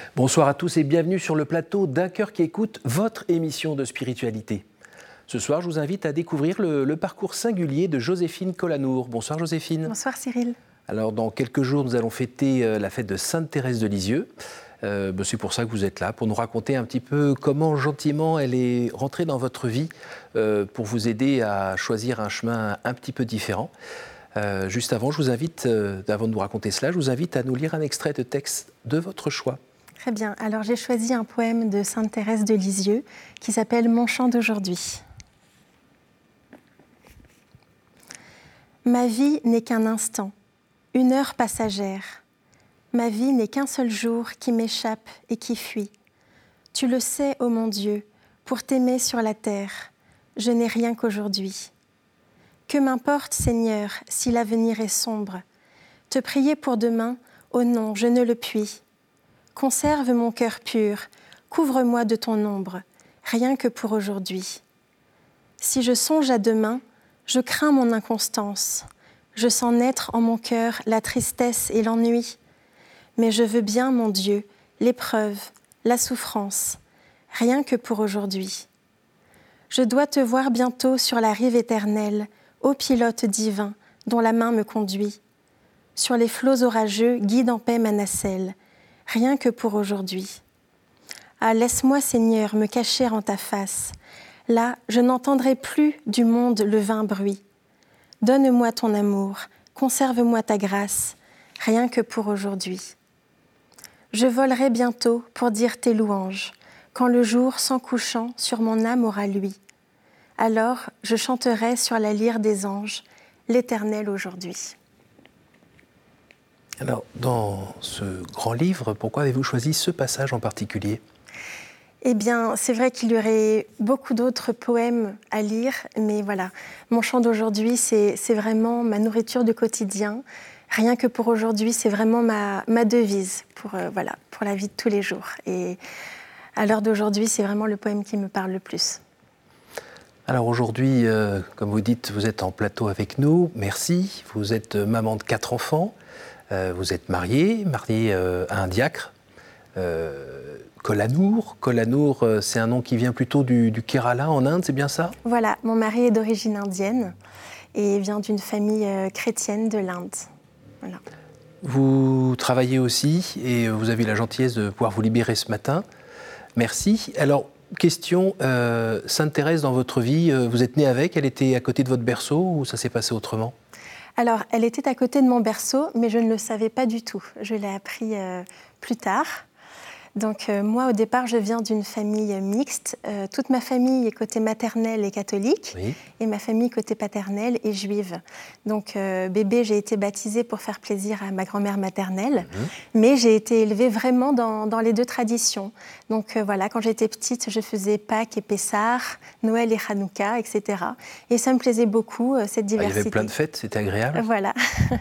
Bonsoir à tous et bienvenue sur le plateau d'Un cœur qui écoute, votre émission de spiritualité. Ce soir, je vous invite à découvrir le parcours singulier de Joséphine Colanour. Bonsoir Joséphine. Bonsoir Cyril. Alors dans quelques jours, nous allons fêter la fête de Sainte Thérèse de Lisieux. C'est pour ça que vous êtes là, pour nous raconter un petit peu comment gentiment elle est rentrée dans votre vie, pour vous aider à choisir un chemin un petit peu différent. Juste avant, avant de nous raconter cela, je vous invite à nous lire un extrait de texte de votre choix. Très bien, alors j'ai choisi un poème de Sainte Thérèse de Lisieux qui s'appelle « Mon chant d'aujourd'hui ». Ma vie n'est qu'un instant, une heure passagère. Ma vie n'est qu'un seul jour qui m'échappe et qui fuit. Tu le sais, ô mon Dieu, pour t'aimer sur la terre, je n'ai rien qu'aujourd'hui. Que m'importe, Seigneur, si l'avenir est sombre. Te prier pour demain, oh non, je ne le puis. Conserve mon cœur pur, couvre-moi de ton ombre, rien que pour aujourd'hui. Si je songe à demain, je crains mon inconstance. Je sens naître en mon cœur la tristesse et l'ennui. Mais je veux bien, mon Dieu, l'épreuve, la souffrance, rien que pour aujourd'hui. Je dois te voir bientôt sur la rive éternelle, ô pilote divin, dont la main me conduit. Sur les flots orageux, guide en paix ma nacelle, rien que pour aujourd'hui. Ah, laisse-moi, Seigneur, me cacher en ta face. Là, je n'entendrai plus du monde le vain bruit. Donne-moi ton amour, conserve-moi ta grâce, rien que pour aujourd'hui. Je volerai bientôt pour dire tes louanges, quand le jour, s'en couchant, sur mon âme aura lui. Alors, je chanterai sur la lyre des anges, l'Éternel aujourd'hui. Alors, dans ce grand livre, pourquoi avez-vous choisi ce passage en particulier ? Eh bien, c'est vrai qu'il y aurait beaucoup d'autres poèmes à lire, mais voilà, mon chant d'aujourd'hui, c'est vraiment ma nourriture du quotidien. Rien que pour aujourd'hui, c'est vraiment ma devise pour la vie de tous les jours. Et à l'heure d'aujourd'hui, c'est vraiment le poème qui me parle le plus. Alors aujourd'hui, comme vous dites, vous êtes en plateau avec nous, merci. Vous êtes maman de 4 enfants, vous êtes mariée à un diacre. Colanour, c'est un nom qui vient plutôt du Kerala en Inde, c'est bien ça ? Voilà, mon mari est d'origine indienne et vient d'une famille chrétienne de l'Inde. Voilà. Vous travaillez aussi et vous avez la gentillesse de pouvoir vous libérer ce matin. Merci. Alors, question, Sainte Thérèse dans votre vie, vous êtes née avec, elle était à côté de votre berceau ou ça s'est passé autrement ? Alors, elle était à côté de mon berceau, mais je ne le savais pas du tout. Je l'ai appris plus tard. Donc moi, au départ, je viens d'une famille mixte. Toute ma famille, côté maternel, est catholique, oui. Et ma famille, côté paternel, est juive. Donc bébé, j'ai été baptisée pour faire plaisir à ma grand-mère maternelle, mais j'ai été élevée vraiment dans les deux traditions. Donc voilà, quand j'étais petite, je faisais Pâques et Pessah, Noël et Hanouka, etc. Et ça me plaisait beaucoup, cette diversité. Il y avait plein de fêtes, c'était agréable. Voilà.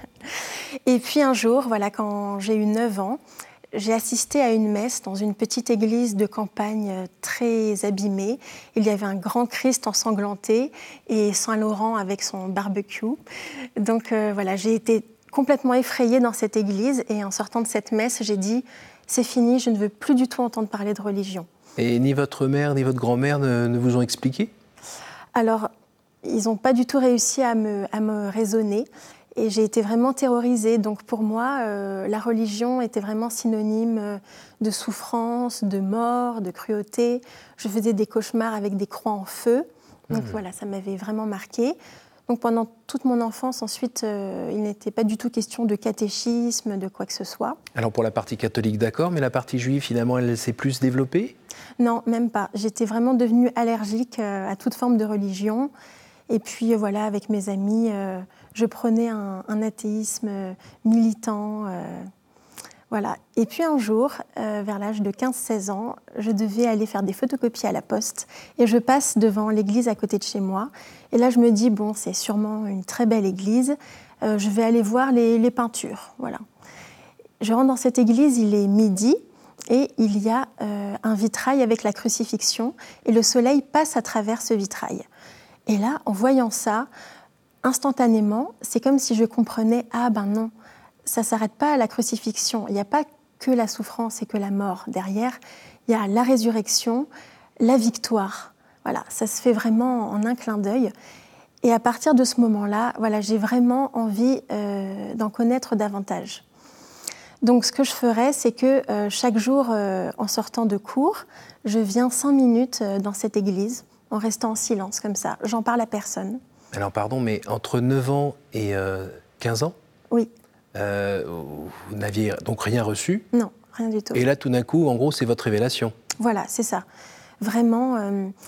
Et puis un jour, voilà, quand j'ai eu 9 ans, j'ai assisté à une messe dans une petite église de campagne très abîmée. Il y avait un grand Christ ensanglanté et Saint-Laurent avec son barbecue. Donc voilà, j'ai été complètement effrayée dans cette église et en sortant de cette messe, j'ai dit « c'est fini, je ne veux plus du tout entendre parler de religion ». Et ni votre mère ni votre grand-mère ne vous ont expliqué ? Alors, ils n'ont pas du tout réussi à me raisonner. Et j'ai été vraiment terrorisée. Donc pour moi, la religion était vraiment synonyme de souffrance, de mort, de cruauté. Je faisais des cauchemars avec des croix en feu. Donc voilà, ça m'avait vraiment marquée. Donc pendant toute mon enfance, ensuite, il n'était pas du tout question de catéchisme, de quoi que ce soit. Alors pour la partie catholique, d'accord, mais la partie juive, finalement, elle s'est plus développée ? Non, même pas. J'étais vraiment devenue allergique à toute forme de religion. Et puis voilà, avec mes amis, je prenais un athéisme militant. Voilà. Et puis un jour, vers l'âge de 15-16 ans, je devais aller faire des photocopies à la poste. Et je passe devant l'église à côté de chez moi. Et là, je me dis, bon, c'est sûrement une très belle église. Je vais aller voir les peintures. Voilà. Je rentre dans cette église, il est midi. Et il y a un vitrail avec la crucifixion. Et le soleil passe à travers ce vitrail. Et là, en voyant ça, instantanément, c'est comme si je comprenais « Ah ben non, ça ne s'arrête pas à la crucifixion. Il n'y a pas que la souffrance et que la mort derrière. Il y a la résurrection, la victoire. Voilà, ça se fait vraiment en un clin d'œil. Et à partir de ce moment-là, voilà, j'ai vraiment envie d'en connaître davantage. Donc ce que je ferais, c'est que chaque jour, en sortant de cours, je viens 5 minutes dans cette église, en restant en silence comme ça. J'en parle à personne. Alors pardon, mais entre 9 ans et 15 ans, oui. Vous n'aviez donc rien reçu? Non, rien du tout. Et là, tout d'un coup, en gros, c'est votre révélation? Voilà, c'est ça. Vraiment,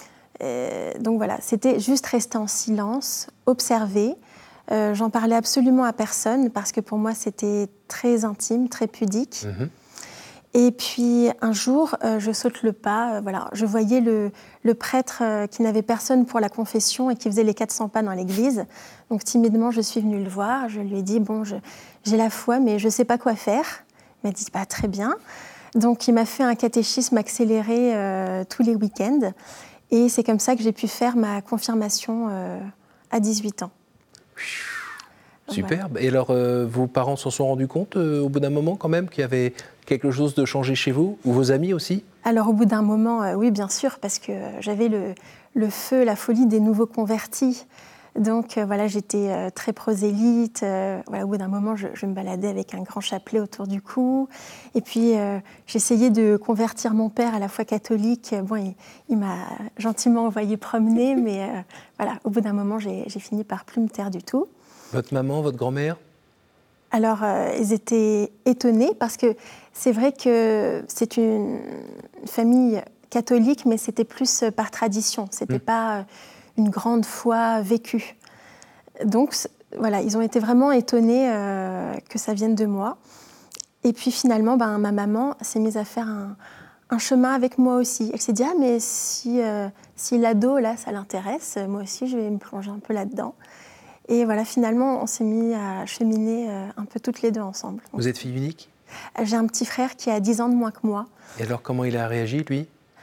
donc voilà, c'était juste rester en silence, observer. J'en parlais absolument à personne parce que pour moi, c'était très intime, très pudique. Mmh. Et puis un jour, je saute le pas. Voilà, je voyais le prêtre qui n'avait personne pour la confession et qui faisait les 400 pas dans l'église. Donc timidement, je suis venue le voir. Je lui ai dit, bon, j'ai la foi, mais je ne sais pas quoi faire. Il m'a dit, bah, très bien. Donc il m'a fait un catéchisme accéléré tous les week-ends. Et c'est comme ça que j'ai pu faire ma confirmation à 18 ans. Superbe. Voilà. Et alors, vos parents s'en sont rendus compte au bout d'un moment quand même qu'il y avait quelque chose de changé chez vous? Ou vos amis aussi? Alors au bout d'un moment, oui bien sûr, parce que j'avais le feu, la folie des nouveaux convertis. Donc voilà, j'étais très prosélyte. Voilà, au bout d'un moment, je me baladais avec un grand chapelet autour du cou. Et puis j'essayais de convertir mon père à la foi catholique. Bon, il m'a gentiment envoyé promener, mais voilà, au bout d'un moment, j'ai fini par plus me taire du tout. Votre maman, votre grand-mère? Alors, ils étaient étonnés parce que c'est vrai que c'est une famille catholique, mais c'était plus par tradition. C'était pas une grande foi vécue. Donc, voilà, ils ont été vraiment étonnés que ça vienne de moi. Et puis finalement, ma maman s'est mise à faire un chemin avec moi aussi. Elle s'est dit, ah, mais si l'ado, là, ça l'intéresse, moi aussi, je vais me plonger un peu là-dedans. Et voilà, finalement, on s'est mis à cheminer un peu toutes les deux ensemble. Vous êtes fille unique? J'ai un petit frère qui a 10 ans de moins que moi. Et alors, comment il a réagi, lui?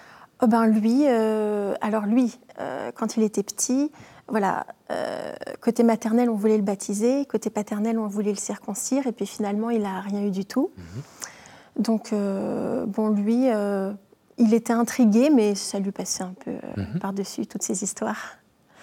Lui, quand il était petit, voilà, côté maternel, on voulait le baptiser, côté paternel, on voulait le circoncire, et puis finalement, il n'a rien eu du tout. Mmh. Donc, lui, il était intrigué, mais ça lui passait un peu par-dessus toutes ces histoires.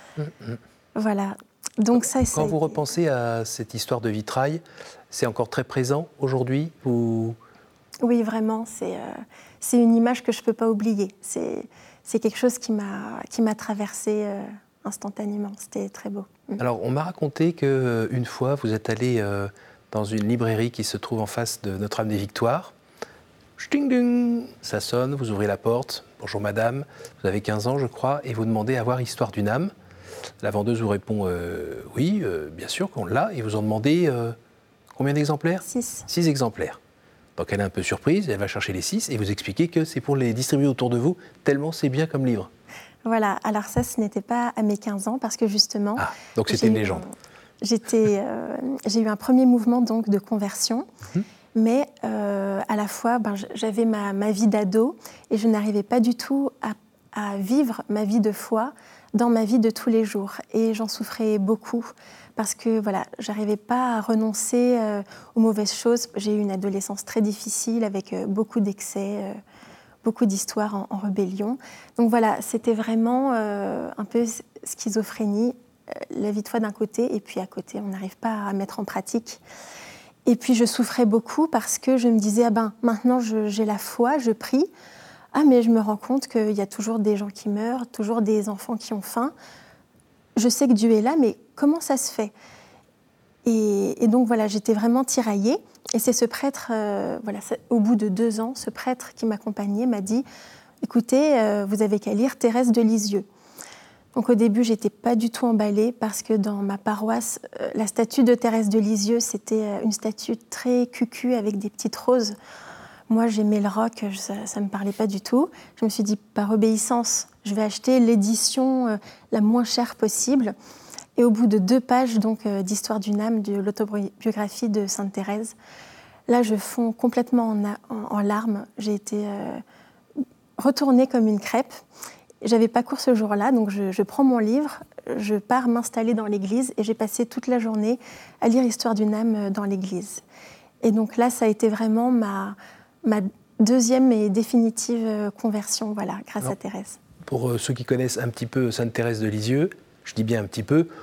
Voilà. Donc Quand vous repensez à cette histoire de vitrail, c'est encore très présent aujourd'hui ou... Oui, vraiment, c'est une image que je ne peux pas oublier. C'est quelque chose qui m'a traversée instantanément. C'était très beau. Alors, on m'a raconté qu'une fois, vous êtes allé dans une librairie qui se trouve en face de Notre-Dame des Victoires. Ch'ting-ding, ça sonne, vous ouvrez la porte. Bonjour madame, vous avez 15 ans je crois, et vous demandez à voir Histoire d'une âme. La vendeuse vous répond oui, bien sûr qu'on l'a, et vous en demandez combien d'exemplaires? 6. 6 exemplaires. Donc elle est un peu surprise, elle va chercher les 6 et vous expliquez que c'est pour les distribuer autour de vous, tellement c'est bien comme livre. Voilà, alors ça, ce n'était pas à mes 15 ans, parce que justement... Ah, donc c'était une légende. J'ai eu un premier mouvement donc, de conversion, mais à la fois, j'avais ma vie d'ado et je n'arrivais pas du tout à vivre ma vie de foi dans ma vie de tous les jours. Et j'en souffrais beaucoup parce que voilà, j'arrivais pas à renoncer aux mauvaises choses. J'ai eu une adolescence très difficile avec beaucoup d'excès, beaucoup d'histoires en rébellion. Donc voilà, c'était vraiment un peu schizophrénie, la vie de foi d'un côté, et puis à côté, on n'arrive pas à mettre en pratique. Et puis je souffrais beaucoup parce que je me disais, maintenant j'ai la foi, je prie, mais je me rends compte qu'il y a toujours des gens qui meurent, toujours des enfants qui ont faim. Je sais que Dieu est là, mais comment ça se fait ? Et donc voilà, j'étais vraiment tiraillée. Et c'est ce prêtre, au bout de 2 ans, ce prêtre qui m'accompagnait m'a dit « Écoutez, vous avez qu'à lire Thérèse de Lisieux ». Donc au début, j'étais pas du tout emballée parce que dans ma paroisse, la statue de Thérèse de Lisieux, c'était une statue très cucu avec des petites roses. Moi, j'aimais le rock, ça me parlait pas du tout. Je me suis dit, par obéissance, je vais acheter l'édition la moins chère possible. Et au bout de 2 pages d'Histoire d'une âme, de l'autobiographie de Sainte Thérèse, là, je fonds complètement en larmes. J'ai été retournée comme une crêpe. J'avais pas cours ce jour-là, donc je prends mon livre, je pars m'installer dans l'église et j'ai passé toute la journée à lire Histoire d'une âme dans l'église. Et donc là, ça a été vraiment ma deuxième et définitive conversion, voilà, grâce à Thérèse. Pour ceux qui connaissent un petit peu Sainte Thérèse de Lisieux, je dis bien un petit peu,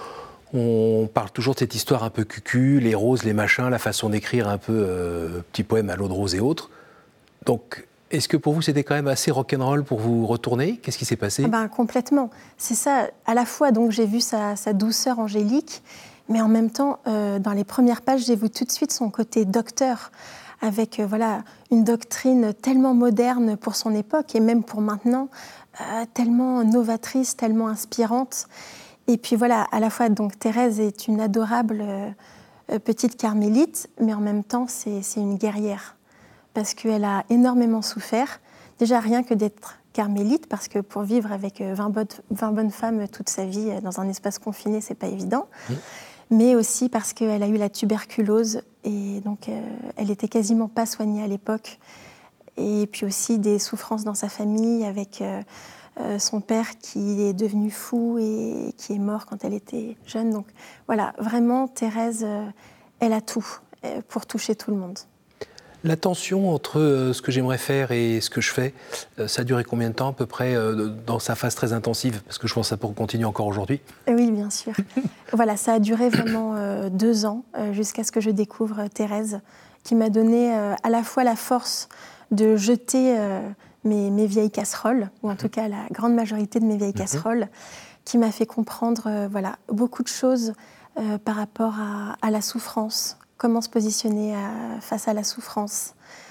on parle toujours de cette histoire un peu cucu, les roses, les machins, la façon d'écrire un peu petit poème à l'eau de rose et autres. Donc, est-ce que pour vous, c'était quand même assez rock'n'roll pour vous retourner? Qu'est-ce qui s'est passé? Complètement. C'est ça. À la fois, donc, j'ai vu sa douceur angélique, mais en même temps, dans les premières pages, j'ai vu tout de suite son côté docteur, avec une doctrine tellement moderne pour son époque et même pour maintenant, tellement novatrice, tellement inspirante. Et puis à la fois, donc, Thérèse est une adorable petite carmélite, mais en même temps, c'est une guerrière. Parce qu'elle a énormément souffert. Déjà, rien que d'être carmélite, parce que pour vivre avec 20 bonnes femmes toute sa vie dans un espace confiné, c'est pas évident. Mais aussi parce qu'elle a eu la tuberculose, et donc elle était quasiment pas soignée à l'époque. Et puis aussi des souffrances dans sa famille, avec son père qui est devenu fou et qui est mort quand elle était jeune. Donc voilà, vraiment, Thérèse, elle a tout pour toucher tout le monde. La tension entre ce que j'aimerais faire et ce que je fais, ça a duré combien de temps à peu près dans sa phase très intensive? Parce que je pense que ça peut continuer encore aujourd'hui. Oui, bien sûr. Ça a duré vraiment 2 ans jusqu'à ce que je découvre Thérèse, qui m'a donné à la fois la force de jeter mes vieilles casseroles, ou en tout cas la grande majorité de mes vieilles casseroles, qui m'a fait comprendre beaucoup de choses par rapport à la souffrance. Comment se positionner face à la souffrance,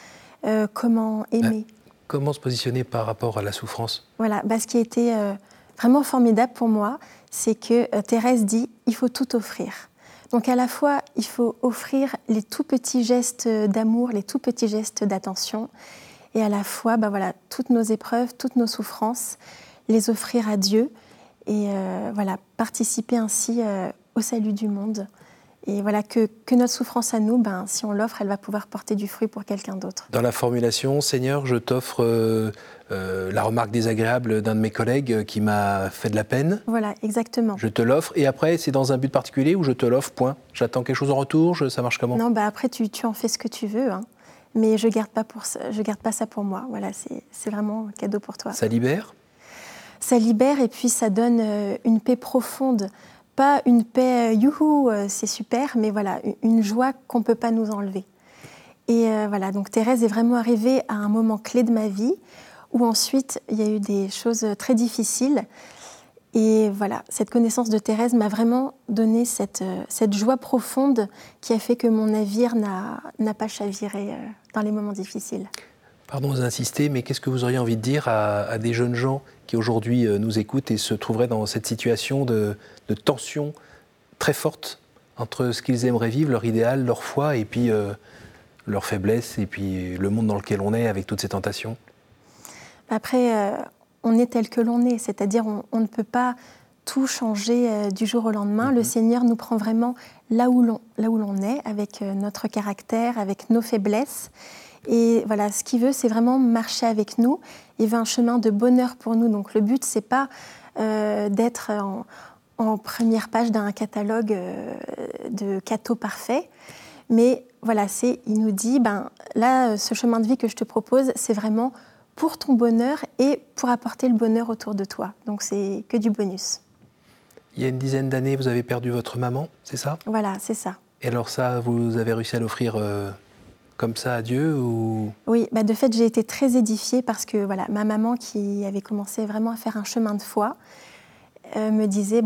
comment aimer. Comment se positionner par rapport à la souffrance? Ce qui a été vraiment formidable pour moi, c'est que Thérèse dit « il faut tout offrir ». Donc à la fois, il faut offrir les tout petits gestes d'amour, les tout petits gestes d'attention, et à la fois, toutes nos épreuves, toutes nos souffrances, les offrir à Dieu, et participer ainsi au salut du monde. Et que notre souffrance à nous, si on l'offre, elle va pouvoir porter du fruit pour quelqu'un d'autre. Dans la formulation, Seigneur, je t'offre la remarque désagréable d'un de mes collègues qui m'a fait de la peine. Voilà, exactement. Je te l'offre, et après, c'est dans un but particulier ou je te l'offre, point? J'attends quelque chose en retour, ça marche comment? Non, après, tu en fais ce que tu veux, hein. Mais je garde pas ça pour moi. C'est vraiment un cadeau pour toi. Ça libère? Ça libère, et puis ça donne une paix profonde. Pas une paix youhou, c'est super, mais une joie qu'on ne peut pas nous enlever. Et donc Thérèse est vraiment arrivée à un moment clé de ma vie, où ensuite il y a eu des choses très difficiles. Et cette connaissance de Thérèse m'a vraiment donné cette joie profonde qui a fait que mon navire n'a pas chaviré dans les moments difficiles. Pardon d'insister, mais qu'est-ce que vous auriez envie de dire à des jeunes gens qui aujourd'hui nous écoutent et se trouveraient dans cette situation de tension très forte entre ce qu'ils aimeraient vivre, leur idéal, leur foi, et puis leur faiblesse, et puis le monde dans lequel on est avec toutes ces tentations? Après, on est tel que l'on est, c'est-à-dire on ne peut pas tout changer du jour au lendemain. Le Seigneur nous prend vraiment là où l'on est, avec notre caractère, avec nos faiblesses. Et ce qu'il veut, c'est vraiment marcher avec nous. Il veut un chemin de bonheur pour nous. Donc le but, c'est pas d'être en première page d'un catalogue de cadeaux parfaits. Mais il nous dit, là, ce chemin de vie que je te propose, c'est vraiment pour ton bonheur et pour apporter le bonheur autour de toi. Donc c'est que du bonus. Il y a une dizaine d'années, vous avez perdu votre maman, c'est ça? Voilà, c'est ça. Et alors ça, vous avez réussi à l'offrir comme ça à Dieu ou... Oui, de fait, j'ai été très édifiée parce que ma maman, qui avait commencé vraiment à faire un chemin de foi, me disait,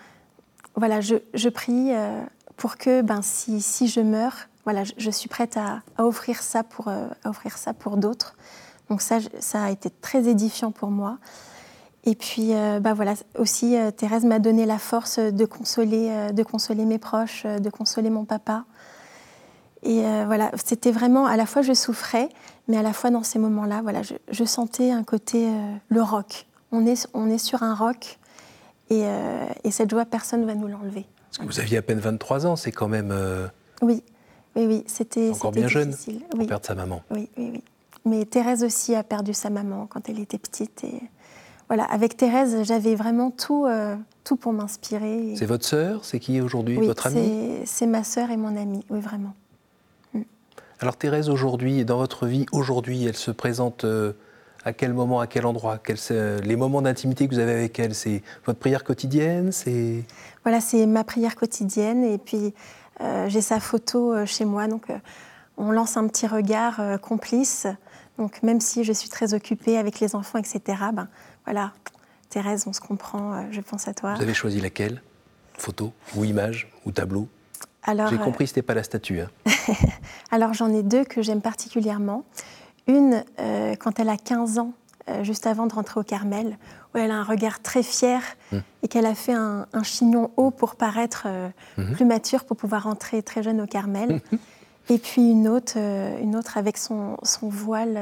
je prie pour que si je meurs, je suis prête à offrir ça pour d'autres. Donc ça a été très édifiant pour moi. Et puis aussi, Thérèse m'a donné la force de consoler mes proches, de consoler mon papa. Et c'était vraiment, à la fois je souffrais, mais à la fois dans ces moments-là, je sentais un côté, le roc. On est sur un roc, et cette joie, personne ne va nous l'enlever. Parce que vous aviez à peine 23 ans, c'est quand même... Oui, c'était encore bien jeune pour perdre sa maman. Oui. Mais Thérèse aussi a perdu sa maman quand elle était petite. Et avec Thérèse, j'avais vraiment tout pour m'inspirer. C'est votre sœur? C'est qui aujourd'hui, votre amie? C'est ma sœur et mon amie, oui, vraiment. Alors Thérèse, aujourd'hui, dans votre vie, aujourd'hui, elle se présente à quel moment, à quel endroit? Les moments d'intimité que vous avez avec elle, c'est votre prière quotidienne? Voilà, c'est ma prière quotidienne. Et puis, j'ai sa photo chez moi. Donc, on lance un petit regard complice. Donc, même si je suis très occupée avec les enfants, etc., ben, voilà, Thérèse, on se comprend, je pense à toi. Vous avez choisi laquelle? Photo ou image ou tableau? Alors, j'ai compris que ce n'était pas la statue. Hein. Alors, j'en ai deux que j'aime particulièrement. Une, quand elle a 15 ans, juste avant de rentrer au Carmel, où elle a un regard très fier et qu'elle a fait un chignon haut pour paraître plus mature, pour pouvoir rentrer très jeune au Carmel. Et puis une autre avec son voile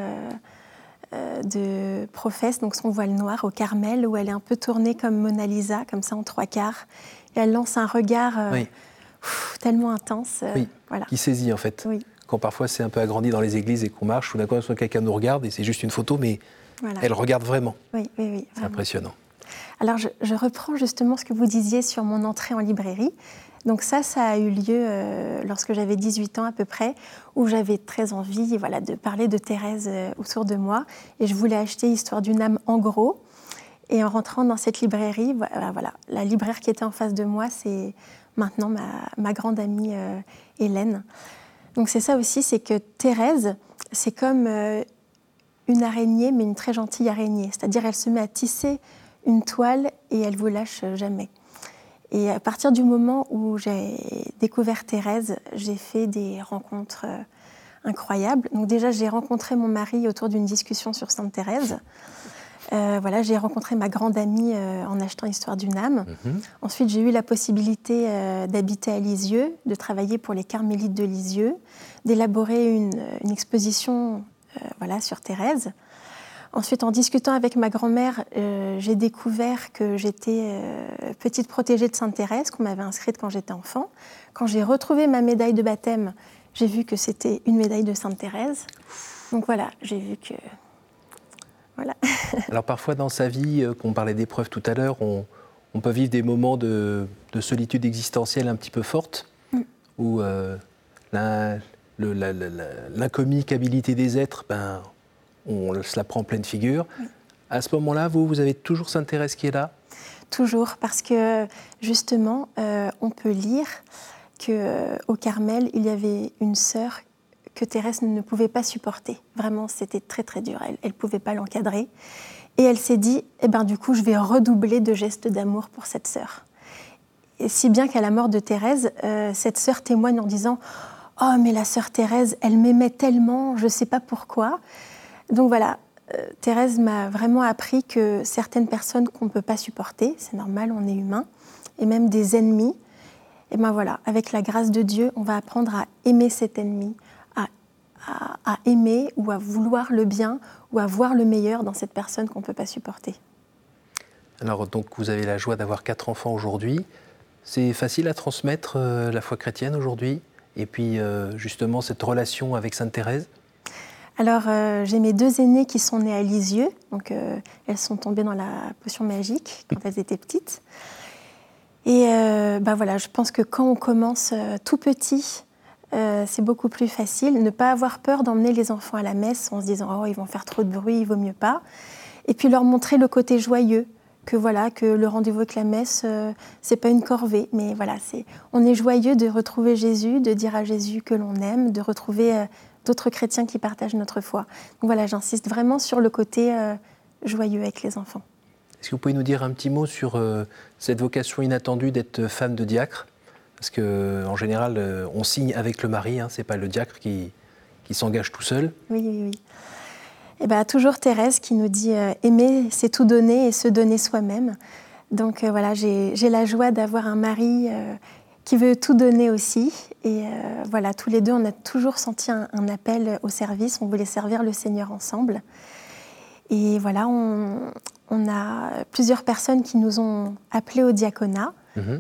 de professe, donc son voile noir au Carmel, où elle est un peu tournée comme Mona Lisa, comme ça en 3/4. Et elle lance un regard tellement intense. Voilà. Qui saisit en fait. Oui. Quand parfois c'est un peu agrandi dans les églises et qu'on marche, tout d'un coup quelqu'un nous regarde et c'est juste une photo, mais elle regarde vraiment. Oui, c'est impressionnant. Alors je reprends justement ce que vous disiez sur mon entrée en librairie. Donc ça a eu lieu lorsque j'avais 18 ans à peu près, où j'avais très envie de parler de Thérèse autour de moi. Et je voulais acheter Histoire d'une âme en gros. Et en rentrant dans cette librairie, la libraire qui était en face de moi, c'est maintenant ma grande amie Hélène. Donc c'est ça aussi, c'est que Thérèse, c'est comme une araignée, mais une très gentille araignée. C'est-à-dire elle se met à tisser une toile et elle ne vous lâche jamais. Et à partir du moment où j'ai découvert Thérèse, j'ai fait des rencontres incroyables. Donc déjà, j'ai rencontré mon mari autour d'une discussion sur Sainte Thérèse. J'ai rencontré ma grande amie en achetant Histoire d'une âme. Ensuite, j'ai eu la possibilité d'habiter à Lisieux, de travailler pour les Carmélites de Lisieux, d'élaborer une exposition sur Thérèse. Ensuite, en discutant avec ma grand-mère, j'ai découvert que j'étais petite protégée de Sainte Thérèse, qu'on m'avait inscrite quand j'étais enfant. Quand j'ai retrouvé ma médaille de baptême, j'ai vu que c'était une médaille de Sainte Thérèse. Donc voilà, j'ai vu que... Voilà. Alors parfois dans sa vie, qu'on parlait d'épreuves tout à l'heure, on peut vivre des moments de solitude existentielle un petit peu forte, où l'incommunicabilité des êtres, on se la prend en pleine figure. À ce moment-là, vous avez toujours Sainte Thérèse qui est là? Toujours, parce que justement, on peut lire qu'au Carmel, il y avait une sœur que Thérèse ne pouvait pas supporter. Vraiment, c'était très très dur. Elle ne pouvait pas l'encadrer. Et elle s'est dit, du coup, je vais redoubler de gestes d'amour pour cette sœur. Et si bien qu'à la mort de Thérèse, cette sœur témoigne en disant « Oh, mais la sœur Thérèse, elle m'aimait tellement, je ne sais pas pourquoi. » Donc voilà, Thérèse m'a vraiment appris que certaines personnes qu'on ne peut pas supporter, c'est normal, on est humain, et même des ennemis, et avec la grâce de Dieu, on va apprendre à aimer cet ennemi, à aimer ou à vouloir le bien ou à voir le meilleur dans cette personne qu'on ne peut pas supporter. Alors donc vous avez la joie d'avoir 4 enfants aujourd'hui. C'est facile à transmettre la foi chrétienne aujourd'hui et puis justement cette relation avec Sainte Thérèse? Alors j'ai mes 2 aînées qui sont nées à Lisieux, donc elles sont tombées dans la potion magique quand elles étaient petites. Et je pense que quand on commence tout petit, c'est beaucoup plus facile. Ne pas avoir peur d'emmener les enfants à la messe en se disant « Oh, ils vont faire trop de bruit, il vaut mieux pas ». Et puis leur montrer le côté joyeux, que le rendez-vous avec la messe, c'est pas une corvée. Mais on est joyeux de retrouver Jésus, de dire à Jésus que l'on aime, de retrouver d'autres chrétiens qui partagent notre foi. Donc j'insiste vraiment sur le côté joyeux avec les enfants. Est-ce que vous pouvez nous dire un petit mot sur cette vocation inattendue d'être femme de diacre ? Parce qu'en général, on signe avec le mari, ce n'est pas le diacre qui s'engage tout seul. Oui. Et toujours Thérèse qui nous dit aimer, c'est tout donner et se donner soi-même. Donc j'ai la joie d'avoir un mari qui veut tout donner aussi. Et tous les deux, on a toujours senti un appel au service. On voulait servir le Seigneur ensemble. Et on a plusieurs personnes qui nous ont appelés au diaconat.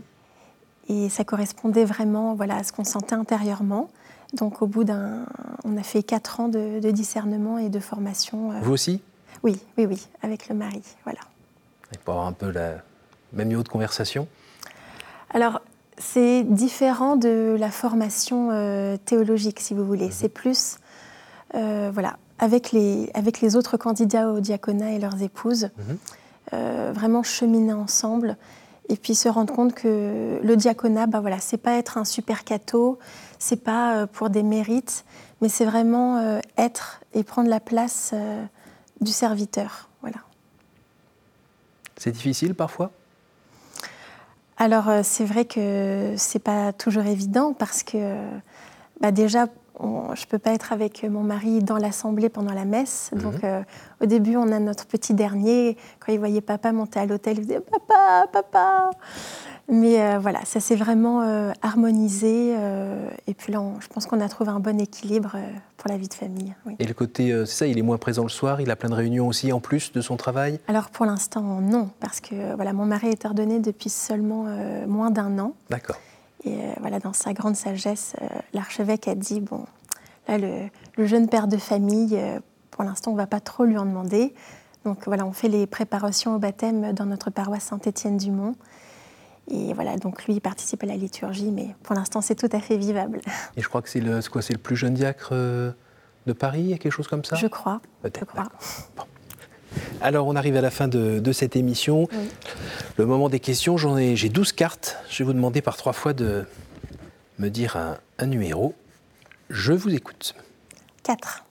Et ça correspondait vraiment à ce qu'on sentait intérieurement. Donc au bout on a fait 4 ans de discernement et de formation. Vous aussi ? Oui, avec le mari, voilà. Et pour avoir un peu le même niveau de conversation ? Alors, C'est différent de la formation théologique, si vous voulez. C'est plus, voilà, avec les autres candidats au diaconat et leurs épouses, vraiment cheminer ensemble et puis se rendre compte que le diaconat, voilà, c'est pas être un super catho, c'est pas pour des mérites, mais c'est vraiment être et prendre la place du serviteur. Voilà. C'est difficile parfois ? Alors, c'est vrai que c'est pas toujours évident parce que déjà, je ne peux pas être avec mon mari dans l'assemblée pendant la messe. Donc, au début, on a notre petit dernier. Quand il voyait papa monter à l'autel, il disait « Papa, papa !» Mais voilà, ça s'est vraiment harmonisé. Et puis là, je pense qu'on a trouvé un bon équilibre pour la vie de famille. Oui. Et le côté, c'est ça, il est moins présent le soir, il a plein de réunions aussi en plus de son travail ? Alors pour l'instant, non, parce que voilà, mon mari est ordonné depuis seulement moins d'1 an. D'accord. Et voilà, dans sa grande sagesse, l'archevêque a dit, bon, là, le jeune père de famille, pour l'instant, on ne va pas trop lui en demander. Donc voilà, on fait les préparations au baptême dans notre paroisse Saint-Étienne-du-Mont. Et voilà, donc lui, il participe à la liturgie, mais pour l'instant, c'est tout à fait vivable. Et je crois que c'est le plus jeune diacre de Paris, il y a quelque chose comme ça ? Je crois. Peut-être. Je crois. Bon. Alors, on arrive à la fin de cette émission. Oui. Le moment des questions, j'ai 12 cartes. Je vais vous demander par 3 fois de me dire un numéro. Je vous écoute. 4.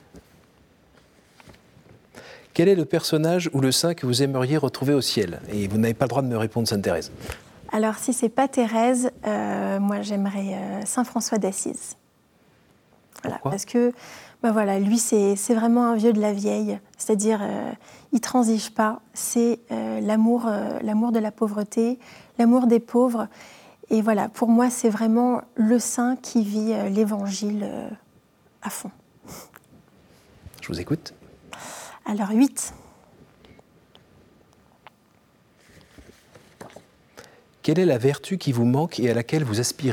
Quel est le personnage ou le saint que vous aimeriez retrouver au ciel ? Et vous n'avez pas le droit de me répondre Sainte Thérèse. Alors, si ce n'est pas Thérèse, moi, j'aimerais Saint François d'Assise. Voilà, pourquoi ? Parce que voilà, lui, c'est vraiment un vieux de la vieille. C'est-à-dire, il ne transige pas. C'est l'amour de la pauvreté, l'amour des pauvres. Et voilà, pour moi, c'est vraiment le saint qui vit l'Évangile à fond. Je vous écoute. Alors, 8. Quelle est la vertu qui vous manque et à laquelle vous aspirez ?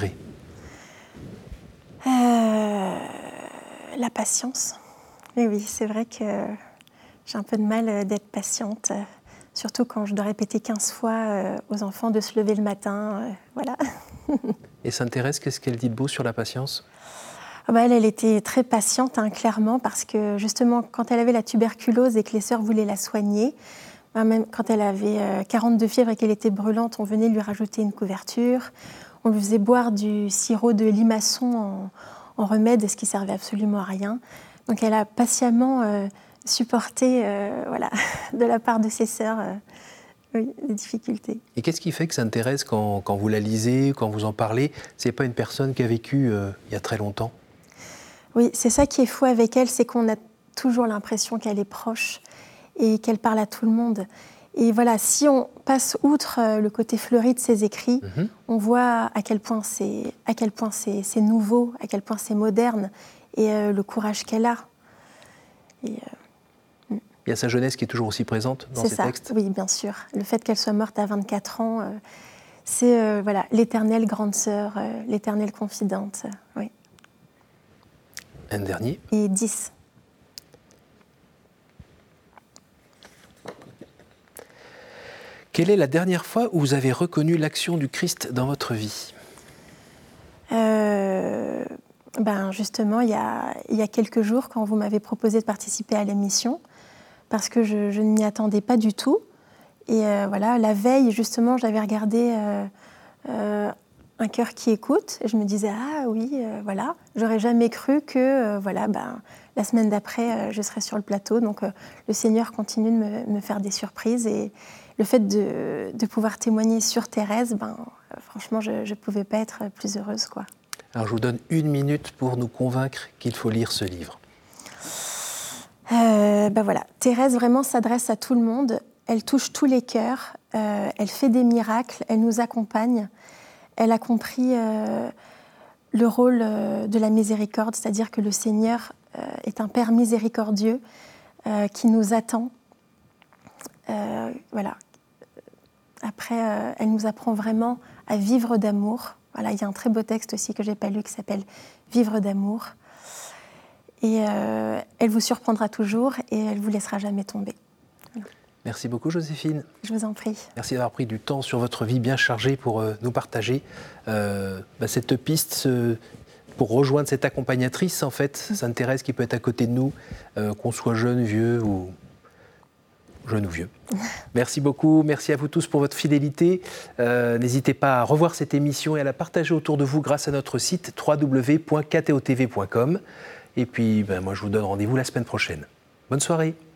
La patience. Mais oui, c'est vrai que j'ai un peu de mal d'être patiente, surtout quand je dois répéter 15 fois aux enfants de se lever le matin. Voilà. Et Sainte Thérèse, qu'est-ce qu'elle dit de beau sur la patience ? Elle était très patiente, clairement, parce que justement, quand elle avait la tuberculose et que les sœurs voulaient la soigner, même quand elle avait 42 fièvres et qu'elle était brûlante, on venait lui rajouter une couverture. On lui faisait boire du sirop de limaçon en remède, ce qui servait absolument à rien. Donc elle a patiemment supporté de la part de ses sœurs les difficultés. Et qu'est-ce qui fait que Sainte Thérèse, quand vous la lisez, quand vous en parlez, c'est pas une personne qui a vécu il y a très longtemps ? Oui, c'est ça qui est fou avec elle, c'est qu'on a toujours l'impression qu'elle est proche et qu'elle parle à tout le monde. Et voilà, si on passe outre le côté fleuri de ses écrits, on voit à quel point c'est nouveau, à quel point c'est moderne, et le courage qu'elle a. Il y a sa jeunesse qui est toujours aussi présente dans ses textes ? Oui, bien sûr. Le fait qu'elle soit morte à 24 ans, c'est l'éternelle grande sœur, l'éternelle confidente. Oui. Un dernier ? Et 10. Quelle est la dernière fois où vous avez reconnu l'action du Christ dans votre vie ? Justement, il y a quelques jours, quand vous m'avez proposé de participer à l'émission, parce que je ne m'y attendais pas du tout. Et la veille, justement, j'avais regardé Un cœur qui écoute. Et je me disais, ah oui, j'aurais jamais cru que la semaine d'après, je serais sur le plateau. Donc le Seigneur continue de me faire des surprises. Et le fait de pouvoir témoigner sur Thérèse, franchement, je ne pouvais pas être plus heureuse, quoi. Alors je vous donne 1 minute pour nous convaincre qu'il faut lire ce livre. Thérèse vraiment s'adresse à tout le monde. Elle touche tous les cœurs. Elle fait des miracles. Elle nous accompagne. Elle a compris le rôle de la miséricorde, c'est-à-dire que le Seigneur est un Père miséricordieux qui nous attend. Après, elle nous apprend vraiment à vivre d'amour. Voilà, il y a un très beau texte aussi que je n'ai pas lu qui s'appelle « Vivre d'amour ». Et elle vous surprendra toujours et elle ne vous laissera jamais tomber. Voilà. Merci beaucoup, Joséphine. Je vous en prie. Merci d'avoir pris du temps sur votre vie bien chargée pour nous partager cette piste pour rejoindre cette accompagnatrice, en fait, Sainte Thérèse, qui peut être à côté de nous, qu'on soit jeune, vieux ou jeune ou vieux. Merci beaucoup, merci à vous tous pour votre fidélité. N'hésitez pas à revoir cette émission et à la partager autour de vous grâce à notre site www.ktotv.com. Et puis, moi, je vous donne rendez-vous la semaine prochaine. Bonne soirée.